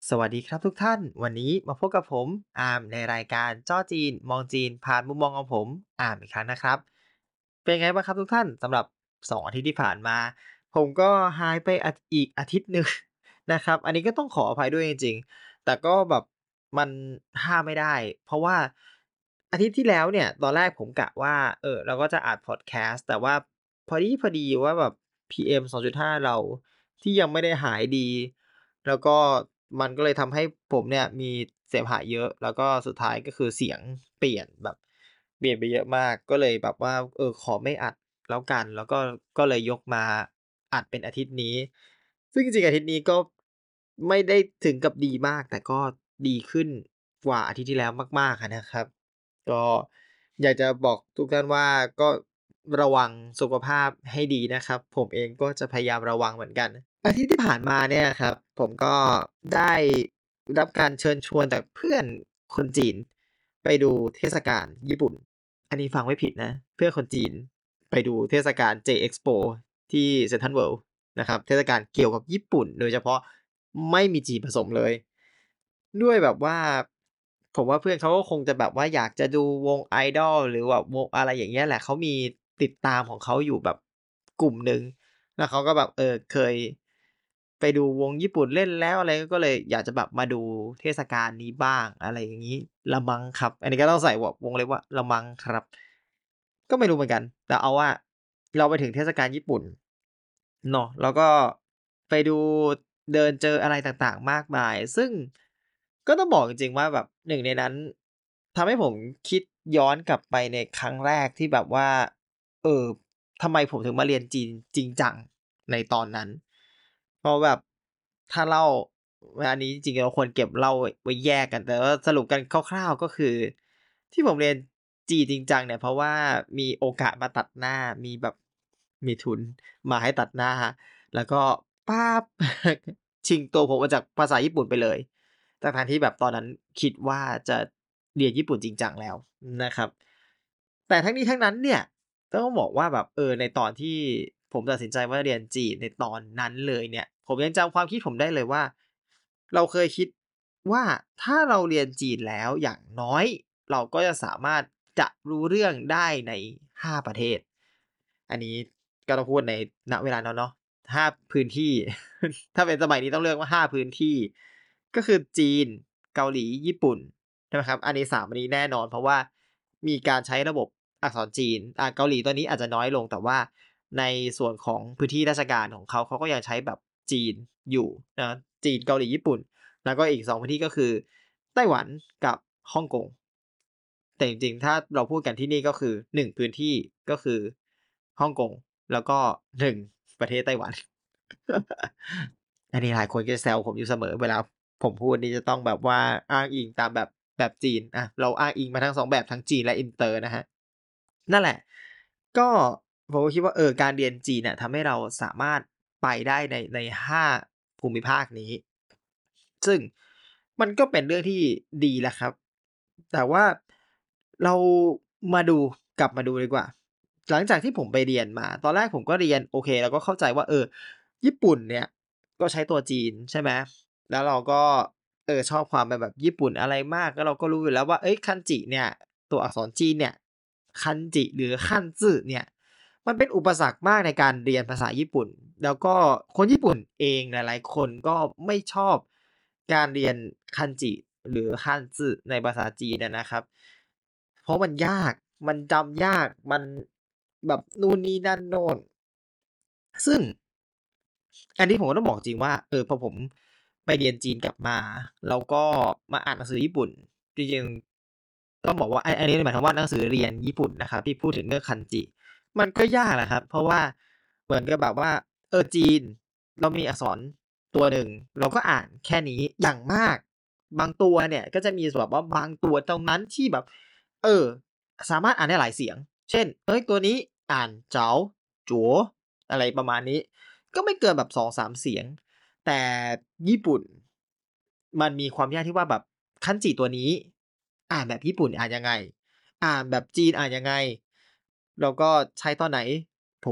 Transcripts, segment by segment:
สวัสดีครับทุกท่านวันนี้มาพบกับผมอาร์มในรายการจ้อจีนมองจีนผ่านมุมมองของผมอาร์มอีกครั้งนะครับเป็นไงบ้างครับทุกท่านสำหรับ2อาทิตย์ที่ผ่านมาผมก็หายไปอีกอาทิตย์หนึ่งนะครับอันนี้ก็ต้องขออภัยด้วยจริงๆแต่ก็แบบมันห้ามไม่ได้เพราะว่าอาทิตย์ที่แล้วเนี่ยตอนแรกผมกะว่าเราก็จะอัดพอดแคสต์แต่ว่าพอดีว่าแบบ PM 2.5เราที่ยังไม่ได้หายดี แล้วก็มันก็เลยทำให้ผมเนี่ยมีเสมหะเยอะแล้วก็สุดท้ายก็คือเสียงเปลี่ยนแบบเปลี่ยนไปเยอะมากก็เลยแบบว่าขอไม่อัดแล้วกันแล้วก็เลยยกมาอัดเป็นอาทิตย์นี้ซึ่งจริงๆอาทิตย์นี้ก็ไม่ได้ถึงกับดีมากแต่ก็ดีขึ้นกว่าอาทิตย์ที่แล้วมากๆอะนะครับก็อยากจะบอกทุกท่านว่าก็ระวังสุขภาพให้ดีนะครับผมเองก็จะพยายามระวังเหมือนกัน อาทิตย์ที่ผ่านมาเนี่ยครับผมก็ได้รับการเชิญชวนจากเพื่อนคนจีนไปดูเทศกาลญี่ปุ่นอันนี้ฟังไม่ผิดนะเพื่อนคนจีนไปดูเทศกาล J-Expo ที่เซ็นทรัลเวิลด์นะครับเทศกาลเกี่ยวกับญี่ปุ่นโดยเฉพาะไม่มีจีนผสมเลยด้วยแบบว่าผมว่าเพื่อนเขาก็คงจะแบบว่าอยากจะดูวง Idol หรือแบบวงอะไรอย่างเงี้ยแหละเขามีติดตามของเขาอยู่แบบกลุ่มหนึ่ง แล้วเขาก็แบบเคยไปดูวงญี่ปุ่นเล่นแล้วอะไรก็เลยอยากจะแบบมาดูเทศกาลนี้บ้างอะไรอย่างงี้ละมั้งครับอันนี้ก็ต้องใส่แบบวงเล็บว่าละมั้งครับก็ไม่รู้เหมือนกันแต่เอาว่าเราไปถึงเทศกาลญี่ปุ่นเนาะแล้วก็ไปดูเดินเจออะไรต่างๆมากมายซึ่งก็ต้องบอกจริงๆว่าแบบหนึ่งในนั้นทำให้ผมคิดย้อนกลับไปในครั้งแรกที่แบบว่าเออ ทำไมผมถึงมาเรียนจีนจริงจังในตอนนั้นเพราะแบบถ้าเล่าอันนี้จริงๆเราควรเก็บเล่าไว้แยกกันแต่ว่าสรุปกันคร่าวๆก็คือที่ผมเรียนจีนจริงจังเนี่ยเพราะว่ามีโอกาสมาตัดหน้ามีแบบมีทุนมาให้ตัดหน้าแล้วก็ป๊าบชิงตัวผมมาจากภาษาญี่ปุ่นไปเลยทั้งๆที่แบบตอนนั้นคิดว่าจะเรียนญี่ปุ่นจริงจังแล้วนะครับแต่ทั้งนี้ทั้งนั้นเนี่ย ต้องบอกว่าแบบในตอนที่ผมตัดสินใจว่าเรียนจีนในตอนนั้นเลยเนี่ยผมยังจำความคิดผมได้เลยว่าเราเคยคิดว่าถ้าเราเรียนจีนแล้วอย่างน้อยเราก็จะสามารถจะรู้เรื่องได้ใน5ประเทศอันนี้ก็ต้องพูดในณเวลานั้นเนาะ5พื้นที่ถ้าเป็นสมัยนี้ต้องเลือกว่า5พื้นที่ก็คือจีนเกาหลีญี่ปุ่น ใช่ไหมครับอันนี้3อันนี้แน่นอนเพราะว่ามีการใช้ระบบอักษรจีนเกาหลีตัวนี้อาจจะน้อยลงแต่ว่าในส่วนของพื้นที่ราชการของเขาเขาก็ยังใช้แบบจีนอยู่นะจีนเกาหลีญี่ปุ่นแล้วก็อีก2พื้นที่ก็คือไต้หวันกับฮ่องกงแต่จริงๆถ้าเราพูดกันที่นี่ก็คือ1พื้นที่ก็คือฮ่องกงแล้วก็1ประเทศไต้หวันอันนี้หลายคนก็จะแซวผมอยู่เสมอเวลาผมพูดนี่จะต้องแบบว่าอ้างอิงตามแบบจีนเราอ้างอิงมาทั้ง2แบบทั้งจีนและอินเตอร์นะครับนั่นแหละก็ผมก็คิดว่าการเรียนจีนเนี่ยทำให้เราสามารถไปได้ใน5ภูมิภาคนี้ซึ่งมันก็เป็นเรื่องที่ดีแหละครับแต่ว่าเรามาดูกลับมาดูดีกว่าหลังจากที่ผมไปเรียนมาตอนแรกผมก็เรียนโอเคเราก็เข้าใจว่าญี่ปุ่นเนี่ยก็ใช้ตัวจีนใช่ไหมแล้วเราก็ชอบความเป็นแบบญี่ปุ่นอะไรมากแล้วเราก็รู้อยู่แล้วว่าเฮ้ยคันจิเนี่ยตัวอักษรจีนเนี่ยคันจิหรือคันจึเนี่ยมันเป็นอุปสรรคมากในการเรียนภาษาญี่ปุ่นแล้วก็คนญี่ปุ่นเองหลายๆคนก็ไม่ชอบการเรียนคันจิหรือคันจึในภาษาจีนอะนะครับเพราะมันยากมันจำยากมันแบบนู่นนี่นั่นโน่น ซึ่งอันนี้ผมก็ต้องบอกจริงว่าพอผมไปเรียนจีนกลับมาแล้วก็มาอ่านหนังสือญี่ปุ่นจริงๆต้องบอกว่าอันนี้หมายความว่าหนังสือเรียนญี่ปุ่นนะครับที่พูดถึงเรื่องคันจิมันก็ยากแหละครับเพราะว่าเหมือนกับแบบว่าจีนเรามีอักษรตัวหนึ่งเราก็อ่านแค่นี้อย่างมากบางตัวเนี่ยก็จะมีแบบว่าบางตัวตรงนั้นที่แบบเออสามารถอ่านได้หลายเสียงเช่นตัวนี้อ่านเจ๋าจั๋วอะไรประมาณนี้ ก็ไม่เกินแบบ2-3เสียงแต่ญี่ปุ่นมันมีความยากที่ว่าแบบคันจิตัวนี้อ่านแบบญี่ปุ่นอ่านยังไงอ่านแบบจีนอ่านยังไงแล้วก็ใช้ตอนไหนผม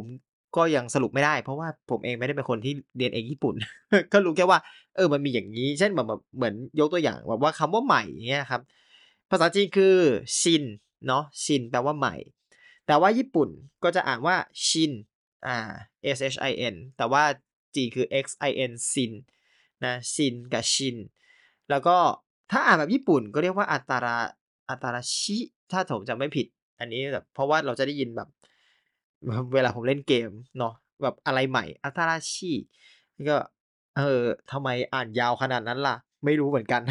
ก็ยังสรุปไม่ได้เพราะว่าผมเองไม่ได้เป็นคนที่เรียนเอกญี่ปุ่น ก็รู้แค่ว่ามันมีอย่างงี้เช่นแบบเหมือนยกตัวอย่างแบบว่าคำว่าใหม่อย่างเงี้ยครับภาษาจีนคือชินเนาะชินแปลว่าใหม่แต่ว่าญี่ปุ่นก็จะอ่านว่าชินอ่า SHIN แต่ว่าจีนคือ XIN ซินนะชินกับชินแล้วก็ถ้าอ่านแบบญี่ปุ่นก็เรียกว่าอัตาราชิถ้าผมจำไม่ผิดอันนี้แบบเพราะว่าเราจะได้ยินแบบเวลาผมเล่นเกมเนาะแบบอะไรใหม่อัตาราชิก็ทำไมอ่านยาวขนาดนั้นล่ะไม่รู้เหมือนกัน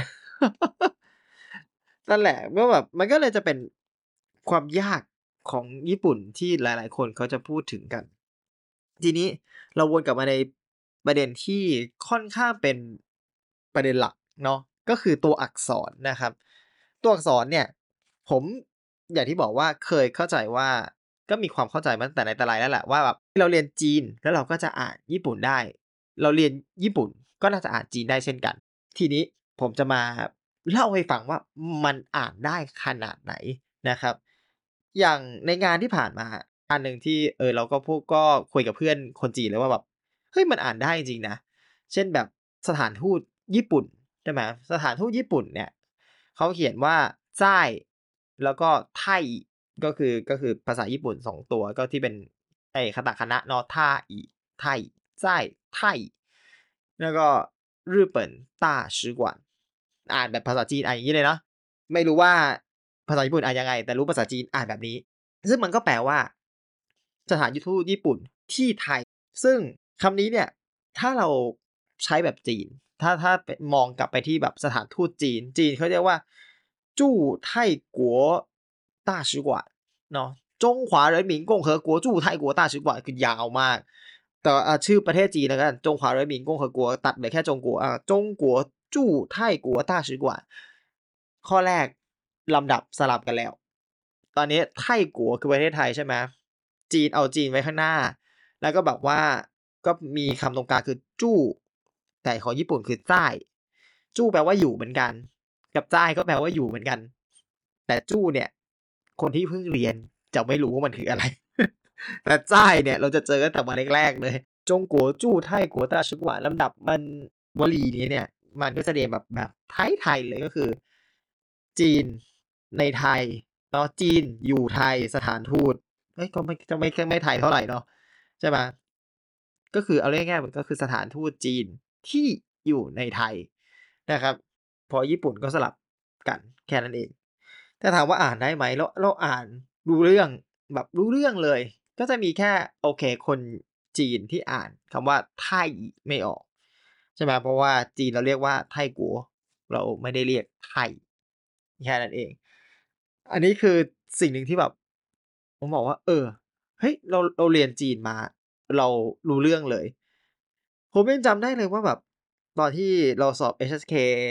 นั่นแหละก็แบบมันก็เลยจะเป็นความยากของญี่ปุ่นที่หลายๆคนเขาจะพูดถึงกันทีนี้เราวนกลับมาในประเด็นที่ค่อนข้างเป็นประเด็นหลักเนาะก็คือตัวอักษรนะครับตัวอักษรเนี่ยผมอย่างที่บอกว่าเคยเข้าใจว่าก็มีความเข้าใจมาตั้งแต่ไหนแต่ไรแล้วแหละว่าแบบเราเรียนจีนแล้วเราก็จะอ่านญี่ปุ่นได้เราเรียนญี่ปุ่นก็น่าจะอ่านจีนได้เช่นกันทีนี้ผมจะมาเล่าให้ฟังว่ามันอ่านได้ขนาดไหนนะครับอย่างในงานที่ผ่านมาอันหนึ่งที่เราก็ก็คุยกับเพื่อนคนจีนเลยว่าแบบเฮ้ยมันอ่านได้จริงๆนะเช่นแบบสถานทูตญี่ปุ่นใช่ไหมสถานทูตญี่ปุ่นเนี่ยเขาเขียนว่าจ้ายแล้วก็ไท่ก็คือภาษาญี่ปุ่น2ตัวก็ที่เป็นไอ้คาตาคานะเนาะท่าอิไท่จ้ายไท่แล้วก็日本大使馆อ่านแบบภาษาจีนอ่านอย่างงี้เลยเนาะไม่รู้ว่าภาษาญี่ปุ่นอ่านยังไงแต่รู้ภาษาจีนอ่านแบบนี้ซึ่งมันก็แปลว่าสถานทูตญี่ปุ่นที่ไทยซึ่งคำนี้เนี่ยถ้าเราใช้แบบจีนถ้าไปมองกลับไปที่แบบสถานทูตจีนเขาเรียกว่าจู้ไท่กัว大使馆เนาะจงหวาเหรินหมิงกงเหอกัวจู้ไท่กัว大使馆คือยาวมากแต่ชื่อประเทศจีนแล้วกันจงหวาเหรินหมิงกงเหอกัวตัดเหลือแค่จงกัวจงกัวจู้ไท่กัว大使馆ข้อแรกลำดับสลับกันแล้วตอนนี้ไท่กัวคือประเทศไทยใช่ไหมจีนเอาจีนไว้ข้างหน้าแล้วก็แบบว่าก็มีคำตรงกลางคือจู้แต่ของญี่ปุ่นคือจ้ายจู้แปลว่าอยู่เหมือนกันกับจ้ายก็แปลว่าอยู่เหมือนกันแต่จู้เนี่ยคนที่เพิ่งเรียนจะไม่รู้ว่ามันคืออะไรแต่จ้ายเนี่ยเราจะเจอกันแต่วันแรกๆเลยจงกัวจู้ไท่กัวต้าชึกหวานลำดับมันวลีนี้เนี่ยมันก็จะเรียนแบบไทยๆเลยก็คือจีนในไทยเนาะจีนอยู่ไทยสถานทูตเฮ้ยก็ไม่ไทยเท่าไหร่เนาะใช่ไหมก็คือเอาเรียกง่ายๆมันก็คือสถานทูตจีนที่อยู่ในไทยนะครับพอญี่ปุ่นก็สลับกันแค่นั้นเองแต่ถามว่าอ่านได้ไหมเราอ่านรู้เรื่องแบบรู้เรื่องเลยก็จะมีแค่โอเคคนจีนที่อ่านคำว่าไท่ไม่ออกใช่ไหมเพราะว่าจีนเราเรียกว่าไท่กัวเราไม่ได้เรียกไท่แค่นั้นเองอันนี้คือสิ่งหนึ่งที่แบบผมบอกว่าเฮ้ยเราเรียนจีนมาเรารู้เรื่องเลยผมยังจำได้เลยว่าแบบตอนที่เราสอบ HSK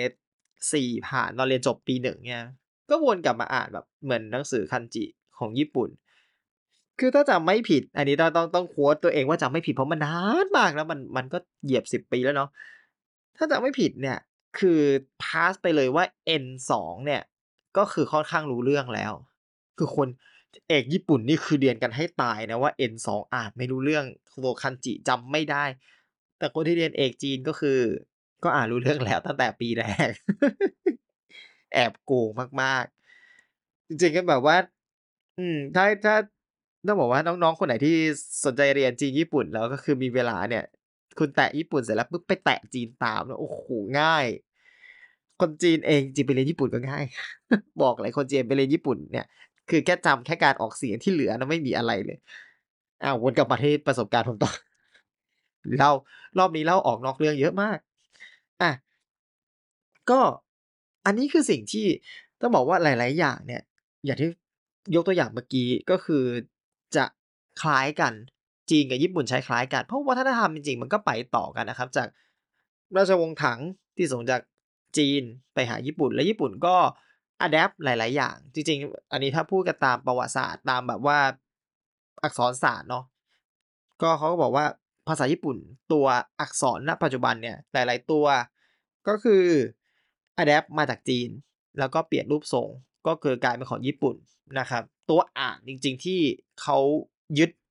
4ผ่านตอนเรียนจบปี1เนี่ยก็วนกลับมาอ่านแบบเหมือนหนังสือคันจิของญี่ปุ่นคือถ้าจำไม่ผิดอันนี้ต้องโควตตัวเองว่าจำไม่ผิดเพราะมันนานมากแล้วมันก็เหยียบ10ปีแล้วเนาะถ้าจำไม่ผิดเนี่ยคือพาสไปเลยว่า N2 เนี่ยก็คือค่อนข้างรู้เรื่องแล้วคือคนเอกญี่ปุ่นนี่คือเรียนกันให้ตายนะว่า N2 อ่านไม่รู้เรื่องตัวคันจิจำไม่ได้แต่คนที่เรียนเอกจีนก็คือก็อ่านรู้เรื่องแล้วตั้งแต่ปีแรกแอบโกงมากๆจริงๆก็แบบว่าถ้าต้องบอกว่าน้องๆคนไหนที่สนใจเรียนจีนญี่ปุ่นแล้วก็คือมีเวลาเนี่ยคุณแตะญี่ปุ่นเสร็จแล้วปุ๊บไปแตะจีนตามแล้วโอ้โฮง่ายคนจีนเองจริงๆไปเรียนญี่ปุ่นก็ง่ายบอกเลยคนจีนไปเรียนญี่ปุ่นเนี่ยคือแค่จำแค่การออกเสียงที่เหลือนะไม่มีอะไรเลยอ้าววนกลับมาที่ประสบการณ์ผมต่อเล่ารอบนี้เล่าออกนอกเรื่องเยอะมากอา ก็อันนี้คือสิ่งที่ต้องบอกว่าหลายๆอย่างเนี่ยอย่างที่ยกตัวอย่างเมื่อกี้ก็คือจะคล้ายกันจีนกับญี่ปุ่นใช้คล้ายกันเพราะวัฒนธรรมจริงๆมันก็ไปต่อกันนะครับจากราชวงศ์ถังที่ส่งจากจีนไปหาญี่ปุ่นและญี่ปุ่นก็อะแดปต์หลายๆอย่างจริงๆอันนี้ถ้าพูดกันตามประวัติศาสตร์ตามแบบว่าอักษรศาสตร์เนาะก็เขาก็บอกว่าภาษาญี่ปุ่นตัวอักษรณปัจจุบันเนี่ยหลายๆตัว ก็คืออะแดปต์มาจากจีนแล้วก็เปลี่ยนรูปทรงก็คือกลายเป็นของญี่ปุ่นนะครับตัวอ่านจริงๆที่เขายึด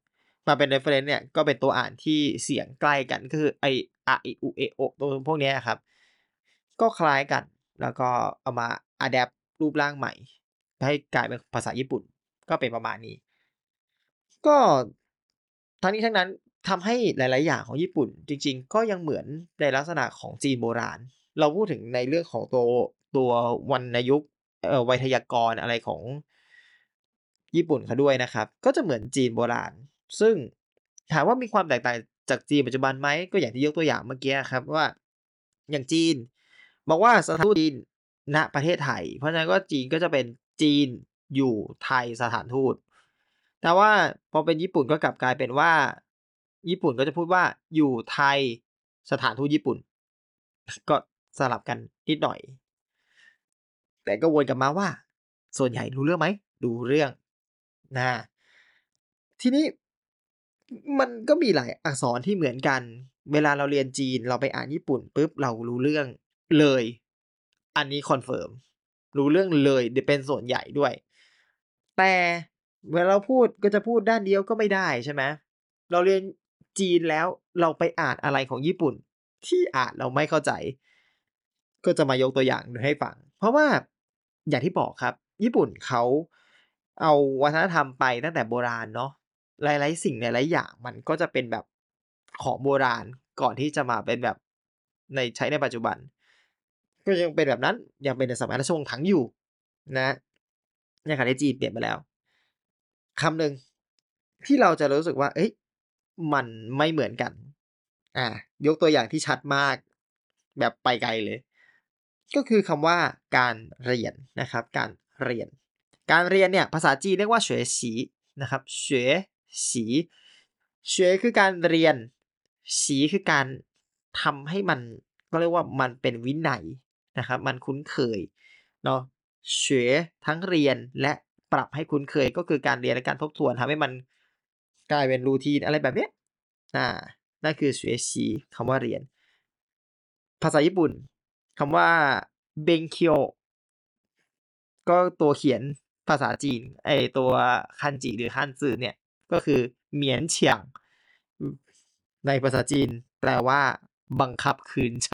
มาเป็น reference เนี่ยก็เป็นตัวอ่านที่เสียงใกล้กันก็คือไอ้อะอิอุเอะโอะตัวพวกเนี้ยอะครับก็คล้ายกันแล้วก็เอามาอะแดปต์รูปร่างใหม่ให้กลายเป็นภาษาญี่ปุ่นก็เป็นประมาณนี้ก็ทั้งนี้ทั้งนั้นทำให้หลายๆอย่างของญี่ปุ่นจริงๆก็ยังเหมือนในลักษณะของจีนโบราณเราพูดถึงในเรื่องของตัววรรณยุกต์ไวยทยากรณ์อะไรของญี่ปุ่นเขาด้วยนะครับก็จะเหมือนจีนโบราณซึ่งถามว่ามีความแตกต่างจากจีนปัจจุบันไหมก็อย่างที่ยกตัวอย่างเมื่อกี้อะครับว่าอย่างจีนบอกว่าสถานทูตจีนณประเทศไทยเพราะฉะนั้นก็จีนก็จะเป็นจีนอยู่ไทยสถานทูตแต่ว่าพอเป็นญี่ปุ่นก็กลับกลายเป็นว่าญี่ปุ่นก็จะพูดว่าอยู่ไทยสถานทูตญี่ปุ่นก็สลับกันนิดหน่อย แต่ก็วนกลับมาว่าส่วนใหญ่รู้เรื่องไหมรู้เรื่องนะทีนี้มันก็มีหลายอักษรที่เหมือนกันเวลาเราเรียนจีนเราไปอ่านญี่ปุ่นปุ๊บเรารู้เรื่องเลยอันนี้คอนเฟิร์มรู้เรื่องเลยเป็นส่วนใหญ่ด้วยแต่เวลาเราพูดก็จะพูดด้านเดียวก็ไม่ได้ใช่ไหมเราเรียนจีนแล้วเราไปอ่านอะไรของญี่ปุ่นที่อ่านเราไม่เข้าใจก็จะมายกตัวอย่างให้ฟังเพราะว่าอย่างที่บอกครับญี่ปุ่นเขาเอาวัฒนธรรมไปตั้งแต่โบราณเนาะ หลายๆสิ่งหลายๆอย่างมันก็จะเป็นแบบของโบราณก่อนที่จะมาเป็นแบบใช้ในปัจจุบันก็ยังเป็นแบบนั้นยังเป็นในสมัยราชวงศ์ถังอยู่นะในขณะที่จีนเปลี่ยนไปแล้วคำหนึ่งที่เราจะรู้สึกว่าเฮ้ยมันไม่เหมือนกันอายกตัวอย่างที่ชัดมากแบบไปไกลเลยก็คือคำว่าการเรียนนะครับการเรียนการเรียนเนี่ยภาษาจีนเรียกว่าเฉวยฉีนะครับเฉวยฉีเฉวยคือการเรียนฉีคือการทำให้มันก็เรียกว่ามันเป็นวินัยนะครับมันคุ้นเคยเนาะเฉวยทั้งเรียนและปรับให้คุ้นเคยก็คือการเรียนและการทบทวนทำให้มันกลายเป็น routine อะไรแบบเนี้ยอานั่นคือเฉวยฉีคำว่าเรียนภาษาญี่ปุ่นคำว่า Benkyō ก็ตัวเขียนภาษาจีนไอ้ตัวคันจิหรือฮั่นจือเนี่ยก็คือเหมียนเฉียงในภาษาจีนแปลว่าบังคับขืนใจ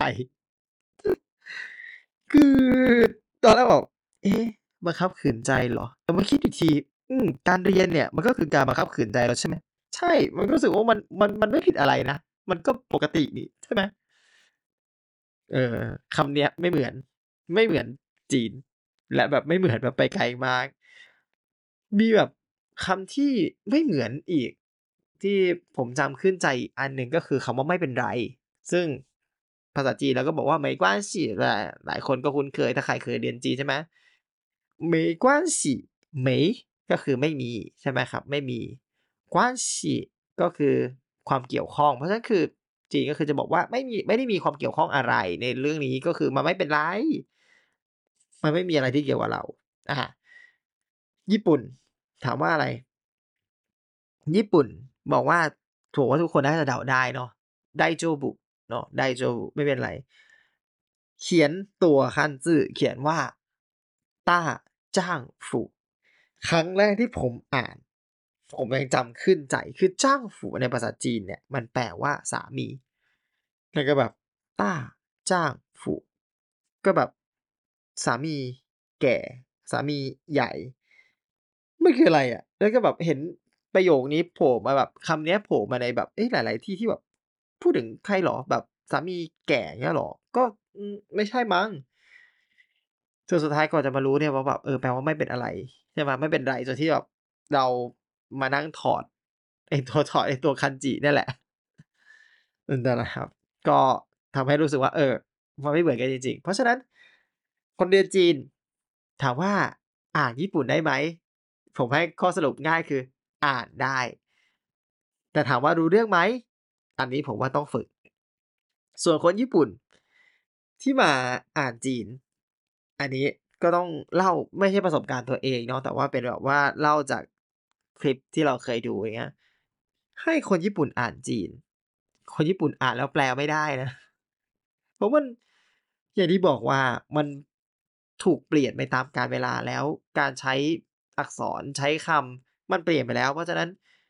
คือตอนแรกบอกเอ๊ะบังคับขืนใจเหรอแต่มาคิดอีกทีการเรียนเนี่ยมันก็คือการบังคับขืนใจแล้วใช่ไหมใช่มันก็รู้สึกว่ามันไม่ผิดอะไรนะมันก็ปกตินี่ใช่ไหมเออคำเนี้ยไม่เหมือนจีนและแบบไม่เหมือนแบบไปไกลมาก มีแบบคำที่ไม่เหมือนอีกที่ผมจำขึ้นใจอีกอันหนึ่งก็คือคำว่าไม่เป็นไรซึ่งภาษาจีนเราก็บอกว่าไม่关系แต่หลายคนก็คุ้นเคยถ้าใครเคยเรียนจีนใช่ไหม没关系没ก็คือไม่มีใช่ไหมครับไม่มี关系ก็คือความเกี่ยวข้องเพราะฉะนั้นคือจีนก็คือจะบอกว่าไม่ได้มีความเกี่ยวข้องอะไรในเรื่องนี้ก็คือมันไม่เป็นไรมันไม่มีอะไรที่เกี่ยวกับเราอาญี่ปุ่นถามว่าอะไร ญี่ปุ่นบอกว่าผมว่าทุกคนน่าจะเดาได้เนาะไดโจบุเนาะไดโจบุไม่เป็นไรเขียนตัวคันจื่อเขียนว่าต้าจ้างฝูครั้งแรกที่ผมอ่านผมยังจำขึ้นใจคือจ้างฝูในภาษาจีนเนี่ยมันแปลว่าสามีแล้วก็แบบต้าจ้างฝูก็แบบสามีแก่สามีใหญ่มันคืออะไรอะแล้วก็แบบเห็นประโยคนี้โผล่มาแบบคำเนี้ยโผล่มาในแบบเอ๊ะหลายๆที่ที่แบบพูดถึงใครเหรอแบบสามีแก่เงี้ยเหรอก็ไม่ใช่มั้งจนสุดท้ายกว่าจะมารู้เนี่ยว่าแบบแปลว่าไม่เป็นอะไรใช่ไหมไม่เป็นไรจนที่แบบเรามานั่งถอดไอ้ตัวคันจิเนี่ยแหละนั่นแหละครับก็ทำให้รู้สึกว่ามันไม่เหมือนกันจริงๆเพราะฉะนั้นคนเรียนจีนถามว่าอ่านญี่ปุ่นได้ไหมผมให้ข้อสรุปง่ายคืออ่านได้แต่ถามว่ารู้เรื่องไหมอันนี้ผมว่าต้องฝึกส่วนคนญี่ปุ่นที่มาอ่านจีนอันนี้ก็ต้องเล่าไม่ใช่ประสบการณ์ตัวเองเนาะแต่ว่าเป็นแบบว่าเล่าจากคลิปที่เราเคยดูอย่างเงี้ยให้คนญี่ปุ่นอ่านจีนคนญี่ปุ่นอ่านแล้วแปลไม่ได้นะ เพราะมันอย่างที่บอกว่ามันถูกเปลี่ยนไปตามกาลเวลาแล้วการใช้อักษรใช้คำมันเปลี่ยนไปแล้วเพราะฉะนั้น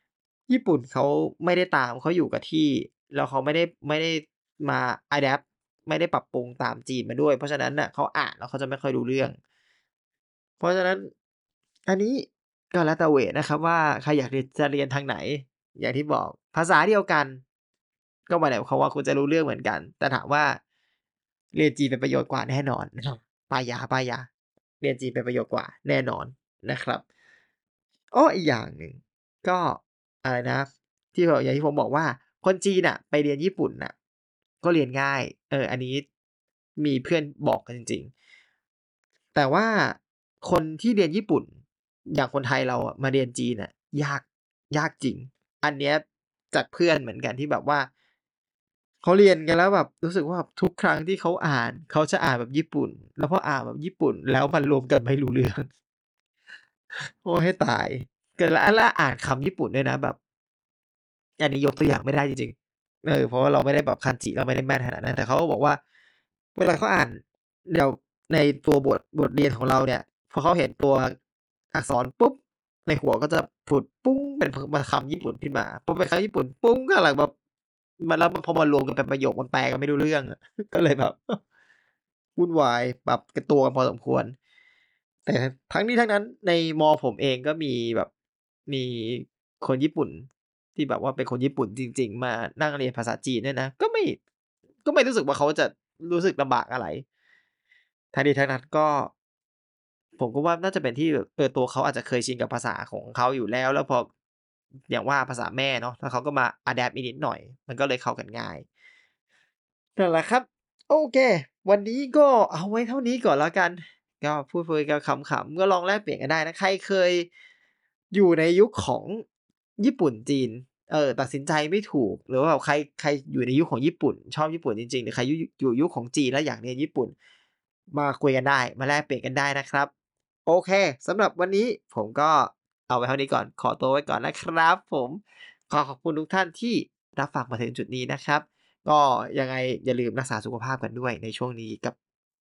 ญี่ปุ่นเขาไม่ได้ตามเขาอยู่กับที่แล้วเขาไม่ได้มา Adapt ไม่ได้ปรับปรุงตามจีนมาด้วยเพราะฉะนั้นน่ะเขาอ่านแล้วเขาจะไม่ค่อยรู้เรื่องเพราะฉะนั้นอันนี้ก็แล้วแต่เวตนะครับว่าใครอยากจะเรียนทางไหนอย่างที่บอกภาษาเดียวกันก็ไม่ได้หมายความว่าคุณจะรู้เรื่องเหมือนกันแต่ถามว่าเรียนจีนเป็นประโยชน์กว่าแน่นอนนะครับป้ายยาเรียนจีนเป็นประโยชน์กว่าแน่นอนนะครับ อ้ออีกอย่างหนึ่งก็อะไรนะที่แบบอย่างที่ผมบอกว่าคนจีนน่ะไปเรียนญี่ปุ่นน่ะก็เรียนง่ายอันนี้มีเพื่อนบอกกันจริงๆแต่ว่าคนที่เรียนญี่ปุ่นอย่างคนไทยเราอะมาเรียนจีนน่ะยากยากจริงอันเนี้ยจากเพื่อนเหมือนกันที่แบบว่าเขาเรียนกันแล้วแบบรู้สึกว่าทุกครั้งที่เขาอ่านเขาจะอ่านแบบญี่ปุ่นแล้วพออ่านแบบญี่ปุ่นแล้วมันรวมกันไม่รู้เรื่อง โอ้ให้ตายเกิดแล้วอ่านคำญี่ปุ่นด้วยนะแบบอันนี้ยกตัวอย่างไม่ได้จริงๆเพราะว่าเราไม่ได้แบบคันจิเราไม่ได้แม่นขนาดนั้นแต่เขาก็บอกว่าเวลาเขาอ่านเดี๋ยวในตัวบทเรียนของเราเนี่ยพอเขาเห็นตัวอักษรปุ๊บในหัวก็จะผุดปุ้งเป็นคำญี่ปุ่นขึ้นมาพอเป็นคำญี่ปุ่นปุ้งก็หลังแบบมันแล้วพอมารวมกันเป็นประโยคมันแปลกันไม่รู้เรื่องอะก็เลยแบบวุ่นวายปรับกันตัวกันพอสมควร แต่ทั้งนี้ทั้งนั้นในมผมเองก็มีแบบมีคนญี่ปุ่นที่แบบว่าเป็นคนญี่ปุ่นจริงๆมานั่งเรียนภาษาจีนเนี่ยนะก็ไม่รู้สึกว่าเขาจะรู้สึกลำบากอะไรทั้งนี้ทั้งนั้นก็ผมก็ว่าน่าจะเป็นที่แบบตัวเขาอาจจะเคยชินกับภาษาของเขาอยู่แล้วพออย่างว่าภาษาแม่เนาะแล้วเขาก็มาอะแดปต์อีกนิดหน่อยมันก็เลยเข้ากันง่าย นั่นแหละครับโอเควันนี้ก็เอาไว้เท่านี้ก่อนแล้วกันก็พูดคุยกันขำๆก็ลองแลกเปลี่ยนกันได้นะใครเคยอยู่ในยุคของญี่ปุ่นจีนตัดสินใจไม่ถูกหรือว่าแบบใครอยู่ในยุคของญี่ปุ่นชอบญี่ปุ่นจริงๆหรือใครอยู่ยุคของจีนแล้วอยากเรียนญี่ปุ่นมาคุยกันได้มาแลกเปลี่ยนกันได้นะครับโอเคสำหรับวันนี้ผมก็เอาไว้เท่านี้ก่อนขอตัวไว้ก่อนนะครับผมขอขอบคุณทุกท่านที่รับฟังมาถึงจุดนี้นะครับ ก็ยังไงอย่าลืมรักษาสุขภาพกันด้วยในช่วงนี้กับ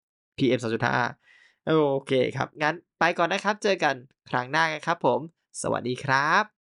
PM 2.5โอเคครับงั้นไปก่อนนะครับเจอกันครั้งหน้ากันครับผมสวัสดีครับ